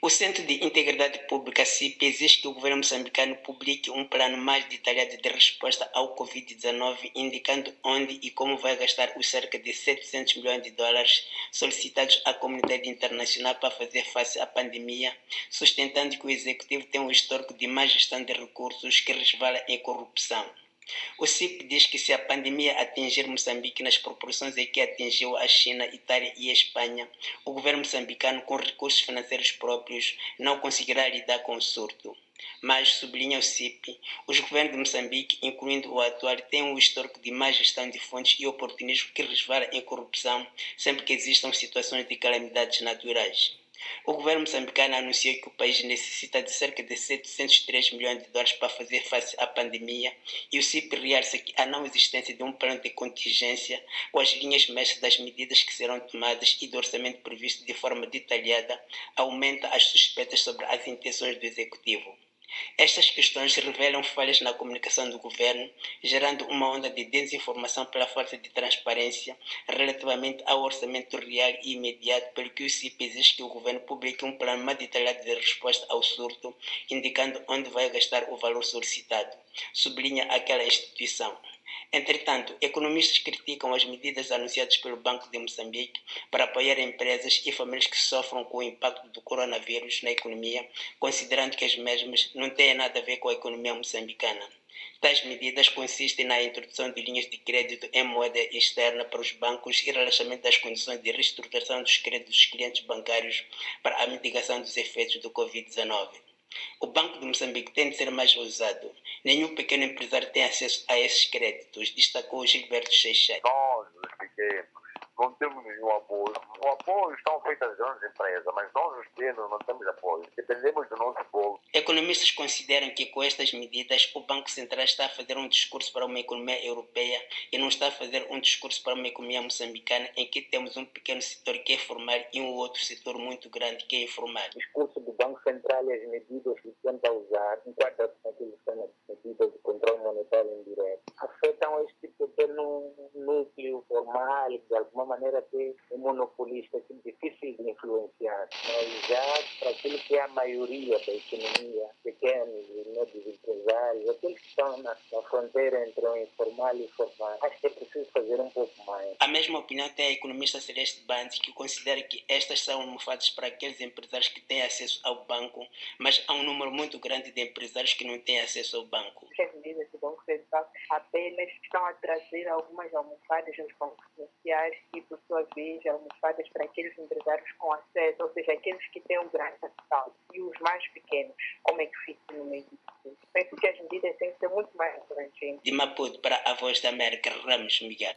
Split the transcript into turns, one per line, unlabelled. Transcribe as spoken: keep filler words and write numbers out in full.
O Centro de Integridade Pública, C I P, exige que o governo moçambicano publique um plano mais detalhado de resposta ao covid dezenove, indicando onde e como vai gastar os cerca de setecentos milhões de dólares solicitados à comunidade internacional para fazer face à pandemia, sustentando que o executivo tem um histórico de má gestão de recursos que resvala em corrupção. O C I P diz que se a pandemia atingir Moçambique nas proporções em que atingiu a China, Itália e a Espanha, o governo moçambicano, com recursos financeiros próprios, não conseguirá lidar com o surto. Mas, sublinha o C I P, os governos de Moçambique, incluindo o atual, têm um histórico de má gestão de fontes e oportunismo que resvala em corrupção sempre que existam situações de calamidades naturais. O governo moçambicano anunciou que o país necessita de cerca de setecentos e três milhões de dólares para fazer face à pandemia e o C I P realça que a não existência de um plano de contingência com as linhas mestras das medidas que serão tomadas e do orçamento previsto de forma detalhada aumenta as suspeitas sobre as intenções do executivo. Estas questões revelam falhas na comunicação do governo, gerando uma onda de desinformação pela falta de transparência relativamente ao orçamento real e imediato, pelo que o C I P exige que o governo publique um plano mais detalhado de resposta ao surto, indicando onde vai gastar o valor solicitado, sublinha aquela instituição. Entretanto, economistas criticam as medidas anunciadas pelo Banco de Moçambique para apoiar empresas e famílias que sofram com o impacto do coronavírus na economia, considerando que as mesmas não têm nada a ver com a economia moçambicana. Tais medidas consistem na introdução de linhas de crédito em moeda externa para os bancos e relaxamento das condições de reestruturação dos créditos dos clientes bancários para a mitigação dos efeitos do covid dezenove. O Banco de Moçambique tem de ser mais ousado. Nenhum pequeno empresário tem acesso a esses créditos, destacou Gilberto Seixas.
Nós, os pequenos, não temos nenhum apoio. O apoio está feito às grandes empresas, mas nós, os pequenos, não temos apoio. Dependemos do nosso bolso.
Economistas consideram que com estas medidas o Banco Central está a fazer um discurso para uma economia europeia e não está a fazer um discurso para uma economia moçambicana em que temos um pequeno setor que é formal e um outro setor muito grande que é informal.
O discurso do Banco Central e as medidas que tenta usar, enquadra-se naquilo que são as medidas de controle monetário indireto, afetam este pequeno núcleo formal, de alguma maneira que é monopolista, que é difícil de influenciar. Mas já para aquilo que é a maioria da economia, pequenos e médios empresários, aqueles que estão na, na fronteira entre o informal e o formal, acho que é preciso fazer um pouco mais.
A mesma opinião tem a economista Celeste Bandes, que considera que estas são almofadas para aqueles empresários que têm acesso ao banco, mas há um número muito grande de empresários que não têm acesso ao banco.
As medidas do Banco Central apenas estão a trazer algumas almofadas nos bancos sociais e, por sua vez, almofadas para aqueles empresários com acesso, ou seja, aqueles que têm um grande capital, e os mais pequenos, como é que fica no meio disso? Penso que as medidas têm que ser muito mais abrangentes.
De Maputo para a Voz da América, Ramos Miguel.